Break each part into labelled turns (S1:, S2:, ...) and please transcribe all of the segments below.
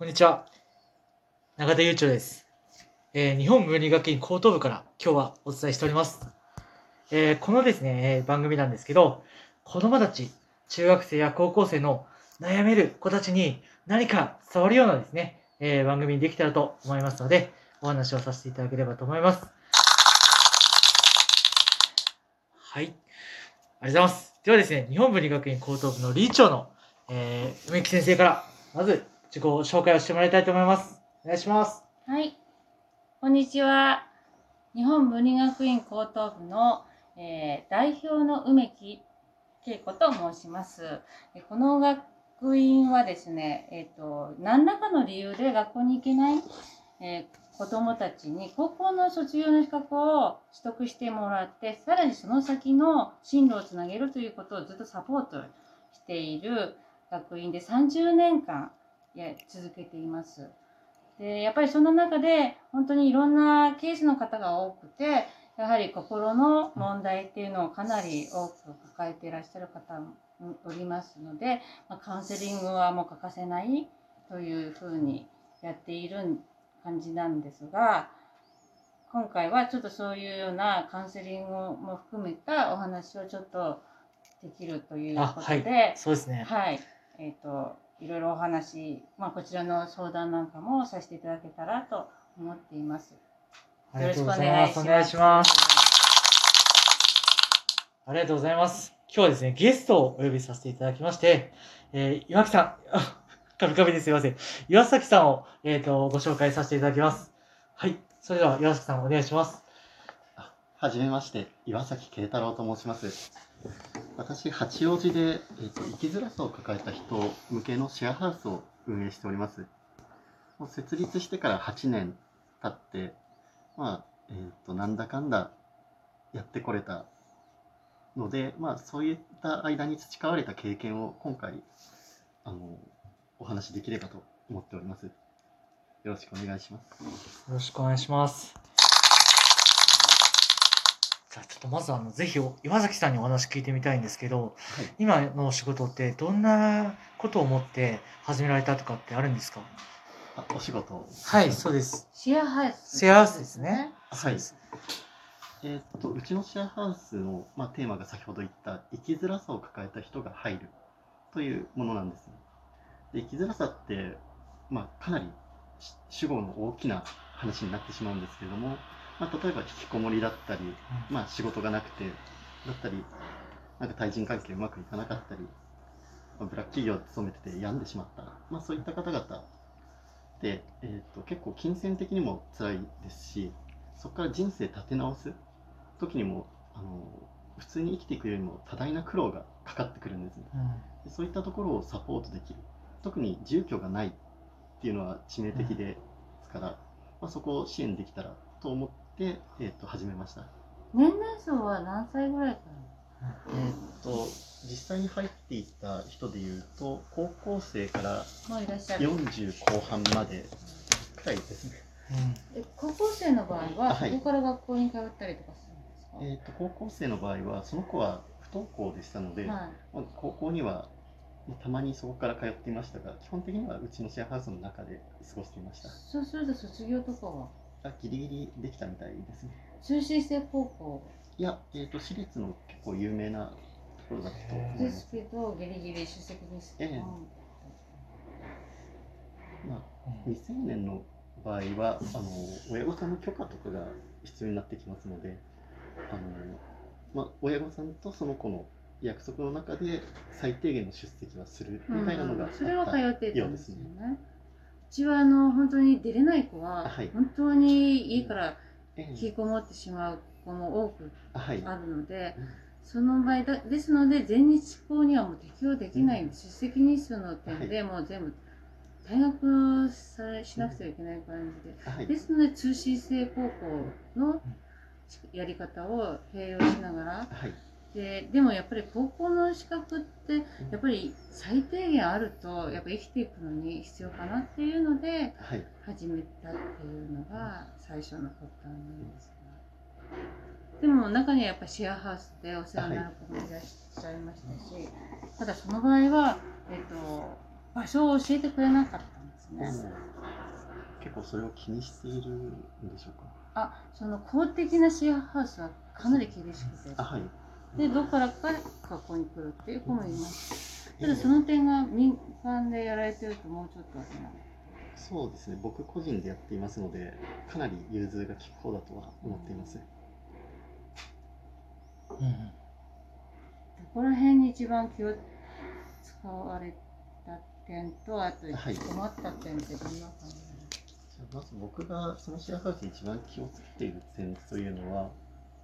S1: こんにちは。永田悠長です。日本文理学院高等部から今日はお伝えしております。このですね、番組なんですけど、子供たち、中学生や高校生の悩める子たちに何か伝わるようなですね、番組にできたらと思いますので、お話をさせていただければと思います。はい。ありがとうございます。ではですね、日本文理学院高等部の理事長の、梅木先生から、まず自己紹介をしてもらいたいと思います。お願いします。
S2: はい、こんにちは。日本文理学院高等部の、代表の梅木恵子と申します。この学院はですね、何らかの理由で学校に行けない、子どもたちに高校の卒業の資格を取得してもらって、さらにその先の進路をつなげるということをずっとサポートしている学院で30年間続けています。でやっぱりその中で本当にいろんなケースの方が多くて、やはり心の問題っていうのをかなり多く抱えていらっしゃる方もおりますので、カウンセリングはもう欠かせないというふうにやっている感じなんですが、今回はちょっとそういうようなカウンセリングも含めたお話をちょっとできるということで、
S1: はい、そうですね。
S2: はい、いろいろお話、こちらの相談なんかもさせていただけたらと思っています。よろしくお願いします。
S1: お願いします。ありがとうございます。今日はですね、ゲストをお呼びさせていただきまして、岩木さん、カビカビですいません。岩崎さんを、ご紹介させていただきます。はい。それでは岩崎さんお願いします。
S3: はじめまして、岩崎慶太郎と申します。私、八王子で、生きづらさを抱えた人向けのシェアハウスを運営しております。もう設立してから8年経って、なんだかんだやってこれたので、そういった間に培われた経験を今回、お話しできればと思っております。よろしくお願いします。
S1: よろしくお願いします。じゃあちょっとまずぜひ岩崎さんにお話聞いてみたいんですけど、はい、今のお仕事ってどんなことを思って始められたとかってあるんですか？
S3: お仕事。
S1: はい、そうです。
S2: シェアハウス。
S1: シェアハウスですね。
S3: はい。うちのシェアハウスの、テーマが先ほど言った生きづらさを抱えた人が入るというものなんですね。で、生きづらさって、かなり主語の大きな話になってしまうんですけれども、例えば引きこもりだったり、仕事がなくてだったり、対人関係うまくいかなかったり、ブラック企業に勤めてて病んでしまった、そういった方々で、結構金銭的にも辛いですし、そこから人生立て直す時にも普通に生きていくよりも多大な苦労がかかってくるんですね。そういったところをサポートできる、特に住居がないっていうのは致命的ですから、そこを支援できたらと思って、始めました。
S2: 年齢層は何歳ぐらいから？
S3: 実際に入っていた人でいうと高校生から40後半までくらいですね。
S2: 高校生の場合はそこから学校に通ったりとかするんですか？
S3: 高校生の場合はその子は不登校でしたので、高校にはたまにそこから通っていましたが、基本的にはうちのシェアハウスの中で過ごしていました。
S2: そうすると卒業とかは
S3: ギリギリできたみたいですね。
S2: 通信制高校？
S3: いや、私立の結構有名なところだったと思います。
S2: ですけどギリギリ出席にして、
S3: 未成年の場合は親御さんの許可とかが必要になってきますので、親御さんとその子の約束の中で最低限の出席はするみたいなのがあった
S2: それは通っていたんですよ
S3: ね。
S2: うちは本当に出れない子は、本当に家から引きこもってしまう子も多くあるので、その場合ですので全日校にはもう適用できないんで、出席日数の点でもう全部退学しなくてはいけない感じで、ですので通信制高校のやり方を併用しながら、でもやっぱり高校の資格ってやっぱり最低限あるとやっぱ生きていくのに必要かなっていうので始めたっていうのが最初の発端なんですが、でも中にはやっぱりシェアハウスでお世話になる子もいらっしゃいましたし、ただその場合は、場所を教えてくれなかったんですね。
S3: 結構それを気にしているんでしょうか。
S2: その公的なシェアハウスはかなり厳しくて、
S3: はい。
S2: でどこからか学校に来るっていう子もいます。ただその点が民間でやられてるともうちょっとわけない。
S3: そうですね、僕個人でやっていますので、かなり融通が利く方だとは思っています。
S2: どこら辺に一番気を使われた点と、あと困った点ってどんな感じ？
S3: まず僕がそのシェアハウスで一番気をつけている点というのは、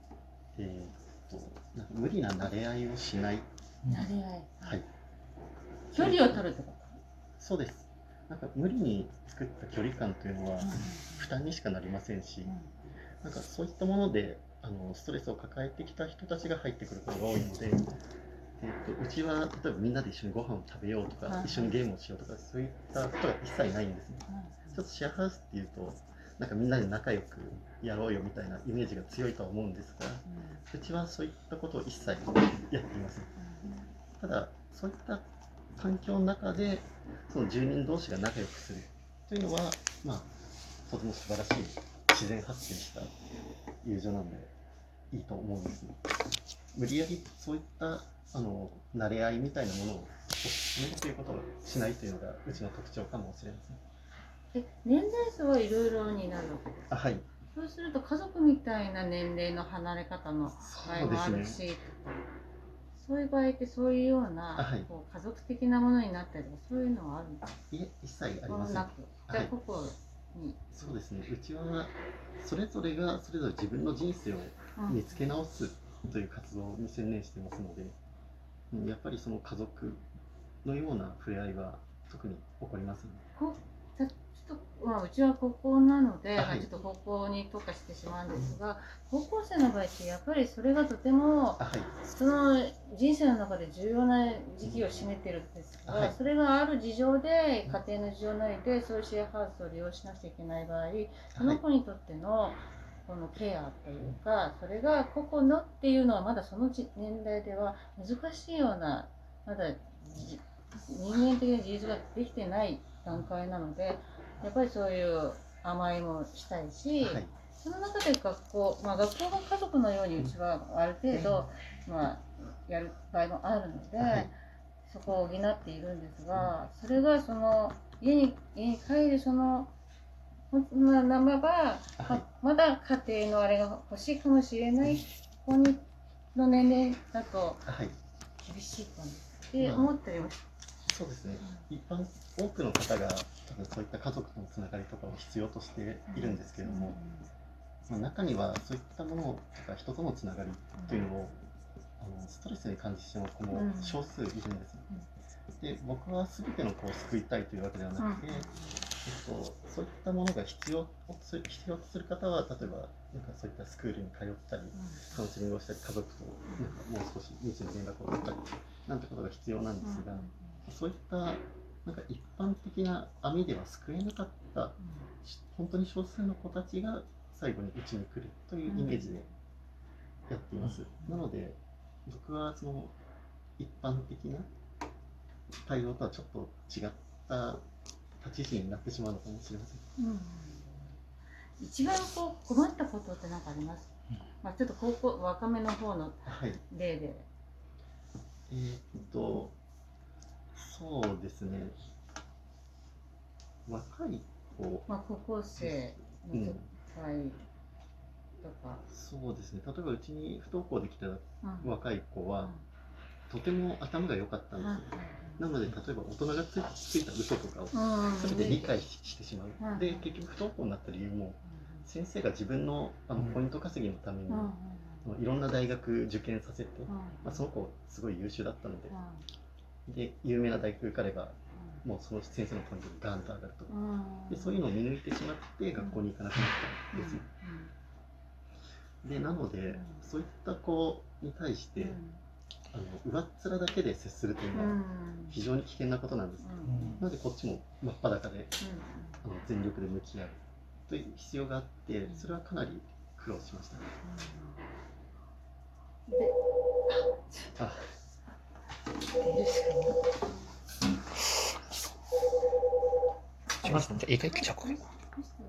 S3: なんか無理な慣れ合いをしない。
S2: 慣れ合い。
S3: はい。
S2: 距離を取るってこと？
S3: そうです。なんか無理に作った距離感というのは負担にしかなりませんし、なんかそういったものでストレスを抱えてきた人たちが入ってくることが多いので、うちは例えばみんなで一緒にご飯を食べようとか、一緒にゲームをしようとか、そういったことが一切ないんですね。ちょっとシェアハウスっていうと、なんかみんなで仲良くやろうよみたいなイメージが強いとは思うんですが、うちはそういったことを一切やっていません。ただ、そういった環境の中で、その住人同士が仲良くするというのは、とても素晴らしい自然発生した友情なのでいいと思うんですね。無理やりそういった慣れ合いみたいなものを進めるということをしないというのがうちの特徴かもしれません。
S2: 年齢層はいろいろになるわけですか？
S3: はい。
S2: そうすると家族みたいな年齢の離れ方の場合もあるし、そういう場合ってそういうような、こう家族的なものになったりとか、そういうのはあるんですか？
S3: いえ、一切ありません。
S2: なく、じゃあ個々に。
S3: そうですね。うちはそれぞれがそれぞれ自分の人生を見つけ直すという活動に専念していますので、やっぱりその家族のような触れ合いは特に起こりません。
S2: うちは高校なので、ちょっと高校に特化してしまうんですが、高校生の場合ってやっぱりそれがとても、その人生の中で重要な時期を占めてるんですが、それがある事情で、家庭の事情なりでそういうシェアハウスを利用しなくちゃいけない場合、その子にとってのこのケアというか、それが個々のっていうのはまだその年代では難しいような、まだ人間的な自立ができてない段階なので、やっぱりそういう甘えもしたいし、その中で学校が家族のようにうちはある程度、やる場合もあるので、そこを補っているんですが、それがその家に帰るそのならば、まだ家庭のあれが欲しいかもしれない子の年齢だと厳しいかなって思ったりは
S3: そうですね。多くの方が多分そういった家族とのつながりとかを必要としているんですけれども、中にはそういったものとか人とのつながりというのをストレスに感じてしまう子も少数いるんです。で、僕は全ての子を救いたいというわけではなくて、そういったものが必要とする方は、例えばそういったスクールに通ったり、カウンセリングをしたり、家族ともう少し密に連絡を取ったりなんてことが必要なんですが、そういった一般的な網では救えなかった本当に少数の子たちが最後にうちに来るというイメージでやっています。なので僕はその一般的な対応とはちょっと違った立ち位置になってしまうのかもしれません。
S2: 一番困ったことって何かあります？ちょっと若めの方の例で。
S3: そうですね。若い子、
S2: 高校生の場合とか。
S3: そうですね。例えばうちに不登校できた若い子は、とても頭が良かったんですよ。なので例えば大人がついた嘘とかを全て理解してしまう。で、結局不登校になった理由も、先生が自分のポイント稼ぎのためにいろんな大学受験させて、その子すごい優秀だったので、有名な大学受かればもうその先生のポイントがガンと上がると。で、そういうのを見抜いてしまって学校に行かなくなったんですよ。で、なのでそういった子に対して上っ面だけで接するというのは非常に危険なことなんです。なのでこっちも真っ裸で全力で向き合うという必要があって、それはかなり苦労しました。
S1: します。
S4: じゃあ、いいかい、じゃあこれ。